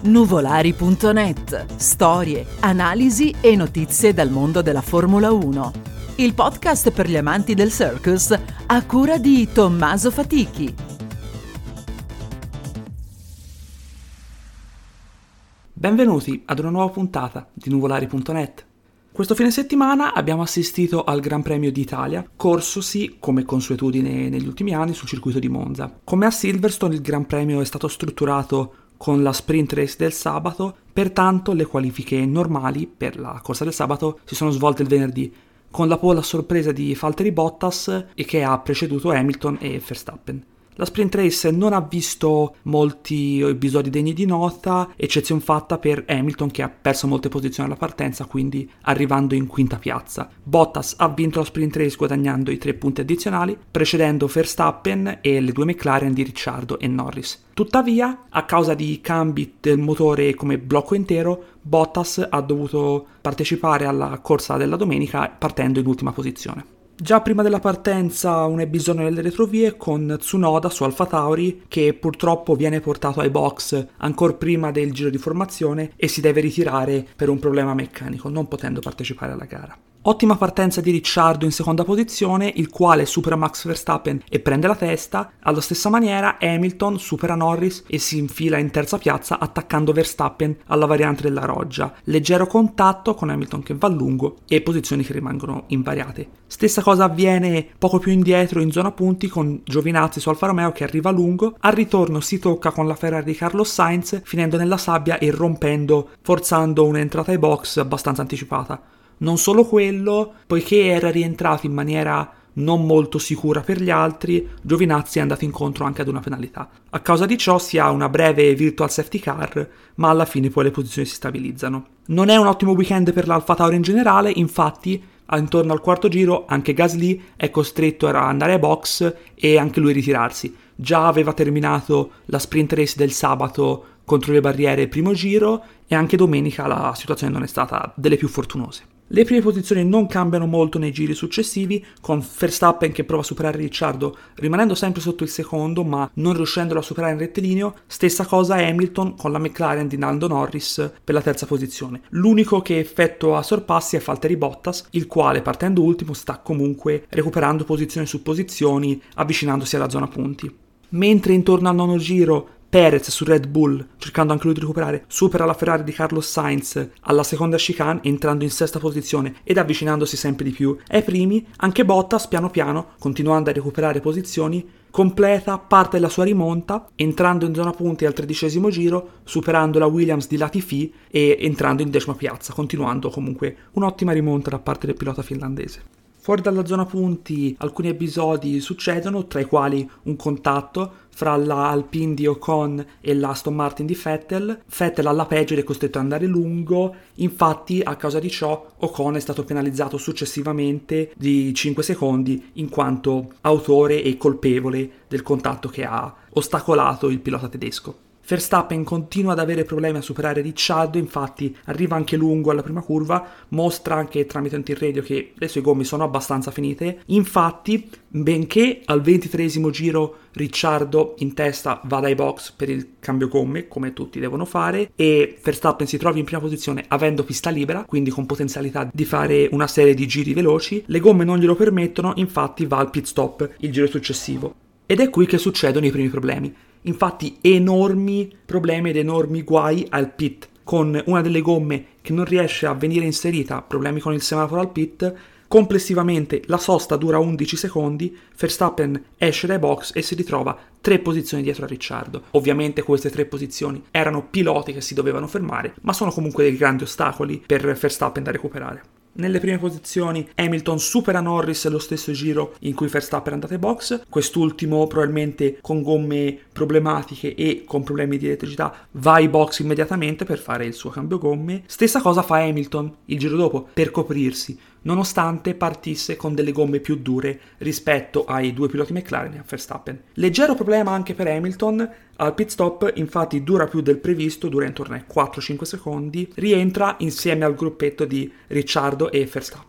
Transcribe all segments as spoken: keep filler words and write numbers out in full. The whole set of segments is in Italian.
Nuvolari punto net. Storie, analisi e notizie dal mondo della Formula uno. Il podcast per gli amanti del circus a cura di Tommaso Fatichi. Benvenuti ad una nuova puntata di Nuvolari punto net. Questo fine settimana abbiamo assistito al Gran Premio d'Italia, corsosi, come consuetudine negli ultimi anni, sul circuito di Monza. Come a Silverstone, il Gran Premio è stato strutturato con la sprint race del sabato, pertanto le qualifiche normali per la corsa del sabato si sono svolte il venerdì, con la pole a sorpresa di Valtteri Bottas e che ha preceduto Hamilton e Verstappen. La sprint race non ha visto molti episodi degni di nota, eccezion fatta per Hamilton che ha perso molte posizioni alla partenza, quindi arrivando in quinta piazza. Bottas ha vinto la sprint race guadagnando i tre punti addizionali, precedendo Verstappen e le due McLaren di Ricciardo e Norris. Tuttavia, a causa di cambi del motore come blocco intero, Bottas ha dovuto partecipare alla corsa della domenica partendo in ultima posizione. Già prima della partenza un episodio nelle retrovie con Tsunoda su AlphaTauri che purtroppo viene portato ai box ancora prima del giro di formazione e si deve ritirare per un problema meccanico, non potendo partecipare alla gara. Ottima partenza di Ricciardo in seconda posizione, il quale supera Max Verstappen e prende la testa. Alla stessa maniera Hamilton supera Norris e si infila in terza piazza attaccando Verstappen alla variante della roggia. Leggero contatto con Hamilton che va lungo e posizioni che rimangono invariate. Stessa cosa avviene poco più indietro in zona punti con Giovinazzi su Alfa Romeo che arriva lungo. Al ritorno si tocca con la Ferrari di Carlos Sainz finendo nella sabbia e rompendo, forzando un'entrata ai box abbastanza anticipata. Non solo quello, poiché era rientrato in maniera non molto sicura per gli altri, Giovinazzi è andato incontro anche ad una penalità. A causa di ciò si ha una breve virtual safety car, ma alla fine poi le posizioni si stabilizzano. Non è un ottimo weekend per l'AlphaTauri in generale, infatti intorno al quarto giro anche Gasly è costretto ad andare ai box e anche lui ritirarsi. Già aveva terminato la sprint race del sabato contro le barriere primo giro e anche domenica la situazione non è stata delle più fortunose. Le prime posizioni non cambiano molto nei giri successivi, con Verstappen che prova a superare Ricciardo rimanendo sempre sotto il secondo ma non riuscendolo a superare in rettilineo. Stessa cosa Hamilton con la McLaren di Lando Norris per la terza posizione. L'unico che effettua sorpassi è Valtteri Bottas, il quale partendo ultimo sta comunque recuperando posizioni su posizioni avvicinandosi alla zona punti. Mentre intorno al nono giro Perez su Red Bull, cercando anche lui di recuperare, supera la Ferrari di Carlos Sainz alla seconda chicane entrando in sesta posizione ed avvicinandosi sempre di più ai primi. Anche Bottas piano piano, continuando a recuperare posizioni, completa parte della sua rimonta entrando in zona punti al tredicesimo giro, superando la Williams di Latifi e entrando in decima piazza, continuando comunque un'ottima rimonta da parte del pilota finlandese. Fuori dalla zona punti alcuni episodi succedono, tra i quali un contatto fra la Alpine di Ocon e la Aston Martin di Vettel. Vettel alla peggio ed è costretto ad andare lungo, infatti a causa di ciò Ocon è stato penalizzato successivamente di cinque secondi in quanto autore e colpevole del contatto che ha ostacolato il pilota tedesco. Verstappen continua ad avere problemi a superare Ricciardo, infatti arriva anche lungo alla prima curva, mostra anche tramite un T-radio che le sue gomme sono abbastanza finite. Infatti, benché al ventitreesimo giro Ricciardo in testa vada ai box per il cambio gomme, come tutti devono fare, e Verstappen si trovi in prima posizione avendo pista libera, quindi con potenzialità di fare una serie di giri veloci, le gomme non glielo permettono, infatti va al pit stop il giro successivo. Ed è qui che succedono i primi problemi. Infatti enormi problemi ed enormi guai al pit, con una delle gomme che non riesce a venire inserita, problemi con il semaforo al pit. Complessivamente la sosta dura undici secondi, Verstappen esce dai box e si ritrova tre posizioni dietro a Ricciardo. Ovviamente queste tre posizioni erano piloti che si dovevano fermare, ma sono comunque dei grandi ostacoli per Verstappen da recuperare. Nelle prime posizioni Hamilton supera Norris lo stesso giro in cui Verstappen è andato ai box, quest'ultimo probabilmente con gomme problematiche e con problemi di elettricità va ai box immediatamente per fare il suo cambio gomme. Stessa cosa fa Hamilton il giro dopo per coprirsi, nonostante partisse con delle gomme più dure rispetto ai due piloti McLaren e a Verstappen. Leggero problema anche per Hamilton, al pit stop infatti dura più del previsto, dura intorno ai quattro cinque secondi, rientra insieme al gruppetto di Ricciardo e Verstappen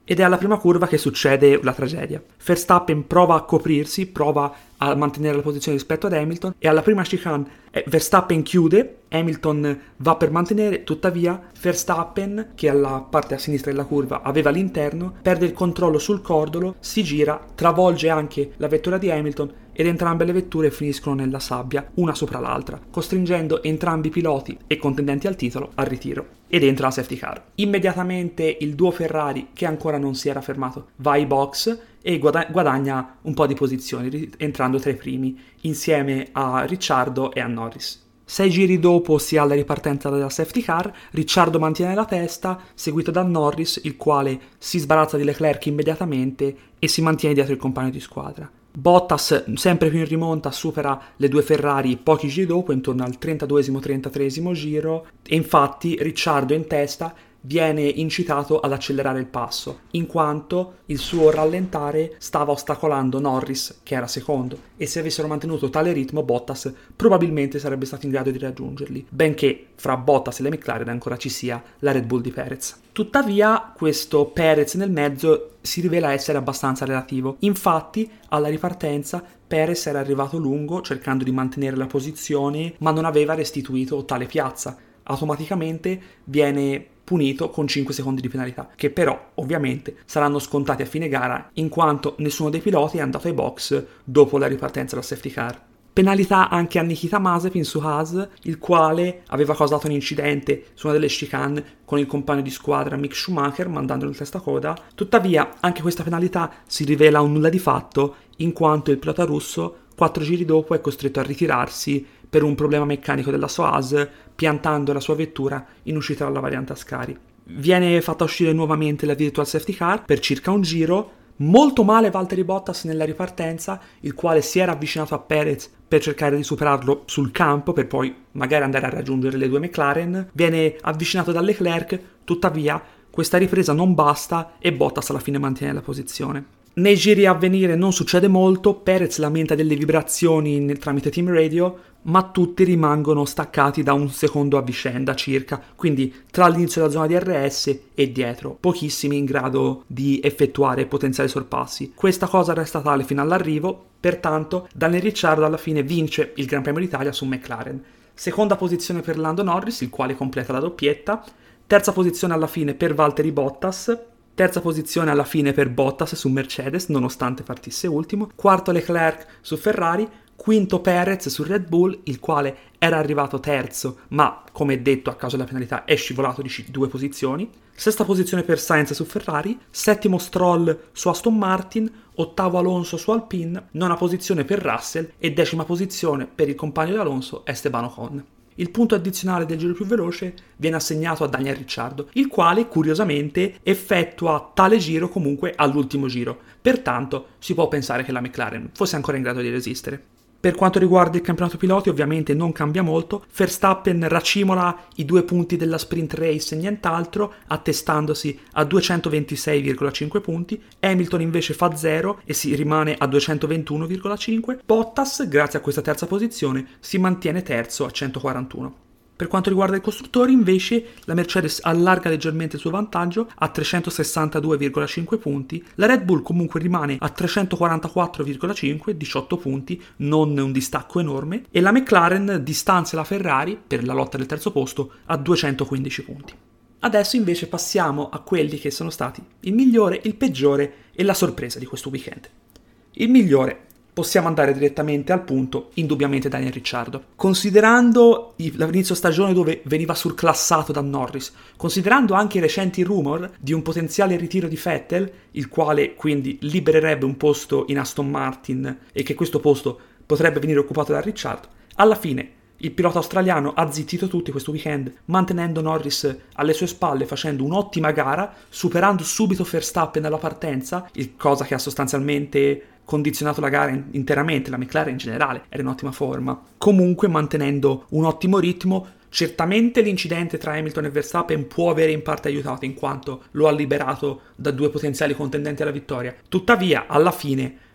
ed è alla prima curva che succede la tragedia. Verstappen prova a coprirsi, prova a mantenere la posizione rispetto ad Hamilton e alla prima chicane eh, Verstappen chiude, Hamilton va per mantenere, tuttavia Verstappen, che alla parte a sinistra della curva aveva l'interno, perde il controllo sul cordolo, si gira, travolge anche la vettura di Hamilton ed entrambe le vetture finiscono nella sabbia, una sopra l'altra, costringendo entrambi i piloti e contendenti al titolo al ritiro. Ed entra la safety car. Immediatamente il duo Ferrari, che ancora non si era fermato, va ai box e guadagna un po' di posizioni, entrando tra i primi, insieme a Ricciardo e a Norris. Sei giri dopo si ha la ripartenza della safety car, Ricciardo mantiene la testa, seguito da Norris, il quale si sbarazza di Leclerc immediatamente e si mantiene dietro il compagno di squadra. Bottas, sempre più in rimonta, supera le due Ferrari pochi giri dopo, intorno al trentaduesimo trentatreesimo giro, e infatti Ricciardo in testa viene incitato ad accelerare il passo, in quanto il suo rallentare stava ostacolando Norris, che era secondo, e se avessero mantenuto tale ritmo Bottas probabilmente sarebbe stato in grado di raggiungerli, benché fra Bottas e le McLaren ancora ci sia la Red Bull di Perez. Tuttavia questo Perez nel mezzo si rivela essere abbastanza relativo, infatti alla ripartenza Perez era arrivato lungo cercando di mantenere la posizione ma non aveva restituito tale piazza, automaticamente viene punito con cinque secondi di penalità, che però ovviamente saranno scontati a fine gara in quanto nessuno dei piloti è andato ai box dopo la ripartenza della safety car. Penalità anche a Nikita Mazepin su Haas, il quale aveva causato un incidente su una delle chicane con il compagno di squadra Mick Schumacher mandandolo in testa a coda. Tuttavia anche questa penalità si rivela un nulla di fatto in quanto il pilota russo quattro giri dopo è costretto a ritirarsi per un problema meccanico della sua Haas, piantando la sua vettura in uscita dalla variante Ascari. Viene fatta uscire nuovamente la virtual safety car per circa un giro. Molto male Valtteri Bottas nella ripartenza, il quale si era avvicinato a Perez per cercare di superarlo sul campo per poi magari andare a raggiungere le due McLaren. Viene avvicinato da Leclerc, tuttavia questa ripresa non basta e Bottas alla fine mantiene la posizione. Nei giri a venire non succede molto, Perez lamenta delle vibrazioni nel, tramite team radio, ma tutti rimangono staccati da un secondo a vicenda circa, quindi tra l'inizio della zona di R S e dietro, pochissimi in grado di effettuare potenziali sorpassi. Questa cosa resta tale fino all'arrivo, pertanto Daniel Ricciardo alla fine vince il Gran Premio d'Italia su McLaren. Seconda posizione per Lando Norris, il quale completa la doppietta, terza posizione alla fine per Valtteri Bottas, terza posizione alla fine per Bottas su Mercedes, nonostante partisse ultimo, quarto Leclerc su Ferrari, quinto Perez su Red Bull, il quale era arrivato terzo, ma come detto a causa della penalità è scivolato di due posizioni, sesta posizione per Sainz su Ferrari, settimo Stroll su Aston Martin, ottavo Alonso su Alpine, nona posizione per Russell e decima posizione per il compagno di Alonso Esteban Ocon. Il punto addizionale del giro più veloce viene assegnato a Daniel Ricciardo, il quale curiosamente effettua tale giro comunque all'ultimo giro, pertanto si può pensare che la McLaren fosse ancora in grado di resistere. Per quanto riguarda il campionato piloti ovviamente non cambia molto, Verstappen racimola i due punti della sprint race e nient'altro, attestandosi a duecentoventisei virgola cinque punti, Hamilton invece fa zero e si rimane a duecentoventuno virgola cinque, Bottas, grazie a questa terza posizione, si mantiene terzo a centoquarantuno. Per quanto riguarda i costruttori, invece, la Mercedes allarga leggermente il suo vantaggio a trecentosessantadue virgola cinque punti, la Red Bull comunque rimane a trecentoquarantaquattro virgola cinque, diciotto punti, non un distacco enorme, e la McLaren distanzia la Ferrari, per la lotta del terzo posto, a duecentoquindici punti. Adesso invece passiamo a quelli che sono stati il migliore, il peggiore e la sorpresa di questo weekend. Il migliore. Possiamo andare direttamente al punto, indubbiamente Daniel Ricciardo. Considerando l'inizio stagione dove veniva surclassato da Norris, considerando anche i recenti rumor di un potenziale ritiro di Vettel, il quale quindi libererebbe un posto in Aston Martin e che questo posto potrebbe venire occupato da Ricciardo, alla fine il pilota australiano ha zittito tutti questo weekend, mantenendo Norris alle sue spalle, facendo un'ottima gara, superando subito Verstappen alla partenza, il cosa che ha sostanzialmente condizionato la gara interamente, la McLaren in generale era in ottima forma, comunque mantenendo un ottimo ritmo. Certamente l'incidente tra Hamilton e Verstappen può avere in parte aiutato in quanto lo ha liberato da due potenziali contendenti alla vittoria, tuttavia alla fine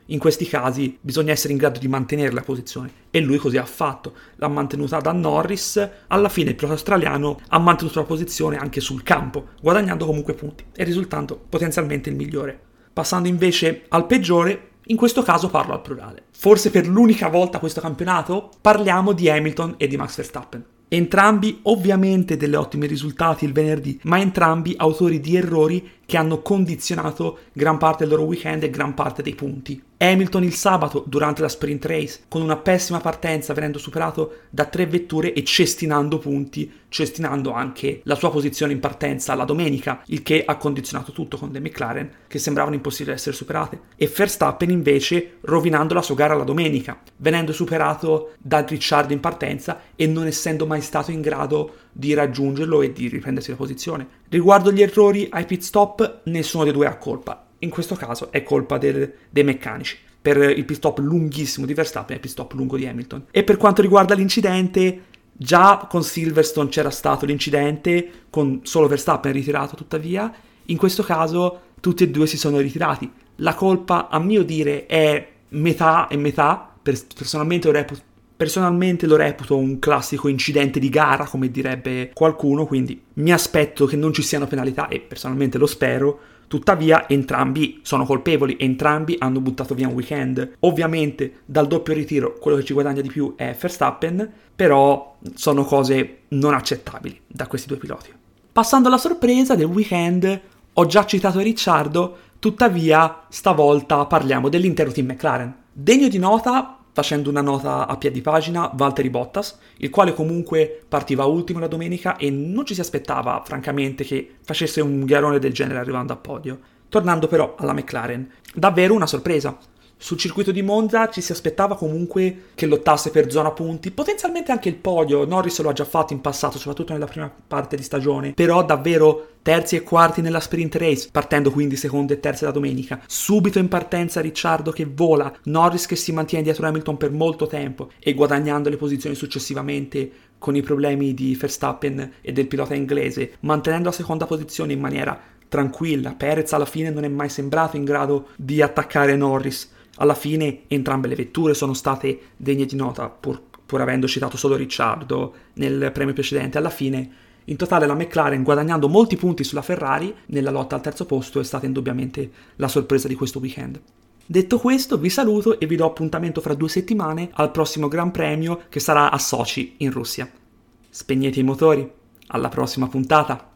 In questi casi bisogna essere in grado di mantenere la posizione e lui così ha fatto. L'ha mantenuta da Norris, alla fine il pilota australiano ha mantenuto la posizione anche sul campo, guadagnando comunque punti e risultando potenzialmente il migliore. Passando invece al peggiore, in questo caso parlo al plurale. Forse per l'unica volta questo campionato parliamo di Hamilton e di Max Verstappen. Entrambi ovviamente delle ottimi risultati il venerdì, ma entrambi autori di errori che hanno condizionato gran parte del loro weekend e gran parte dei punti. Hamilton il sabato durante la sprint race con una pessima partenza, venendo superato da tre vetture e cestinando punti, cestinando anche la sua posizione in partenza la domenica, il che ha condizionato tutto con le McLaren che sembravano impossibili essere superate. E Verstappen invece rovinando la sua gara la domenica, venendo superato da Ricciardo in partenza e non essendo mai stato in grado di raggiungerlo e di riprendersi la posizione. Riguardo gli errori ai pit stop, nessuno dei due ha colpa. In questo caso è colpa del, dei meccanici. Per il pit stop lunghissimo di Verstappen e il pit stop lungo di Hamilton. E per quanto riguarda l'incidente, già con Silverstone c'era stato l'incidente, con solo Verstappen ritirato tuttavia. In questo caso tutti e due si sono ritirati. La colpa, a mio dire, è metà e metà. Personalmente lo reputo Personalmente lo reputo un classico incidente di gara, come direbbe qualcuno, quindi mi aspetto che non ci siano penalità e personalmente lo spero. Tuttavia entrambi sono colpevoli, entrambi hanno buttato via un weekend. Ovviamente dal doppio ritiro quello che ci guadagna di più è Verstappen, però sono cose non accettabili da questi due piloti. Passando alla sorpresa del weekend, ho già citato Ricciardo, tuttavia stavolta parliamo dell'intero team McLaren. Degno di nota, facendo una nota a piedi pagina, Valtteri Bottas, il quale comunque partiva ultimo la domenica e non ci si aspettava, francamente, che facesse un gherone del genere arrivando a podio. Tornando però alla McLaren, davvero una sorpresa. Sul circuito di Monza ci si aspettava comunque che lottasse per zona punti, potenzialmente anche il podio. Norris lo ha già fatto in passato, soprattutto nella prima parte di stagione, però davvero terzi e quarti nella sprint race, partendo quindi secondo e terze la domenica. Subito in partenza Ricciardo che vola, Norris che si mantiene dietro Hamilton per molto tempo e guadagnando le posizioni successivamente con i problemi di Verstappen e del pilota inglese, mantenendo la seconda posizione in maniera tranquilla. Perez alla fine non è mai sembrato in grado di attaccare Norris. Alla fine entrambe le vetture sono state degne di nota, pur, pur avendo citato solo Ricciardo nel premio precedente. Alla fine, in totale, la McLaren, guadagnando molti punti sulla Ferrari nella lotta al terzo posto, è stata indubbiamente la sorpresa di questo weekend. Detto questo, vi saluto e vi do appuntamento fra due settimane al prossimo Gran Premio che sarà a Sochi, in Russia. Spegnete i motori, alla prossima puntata!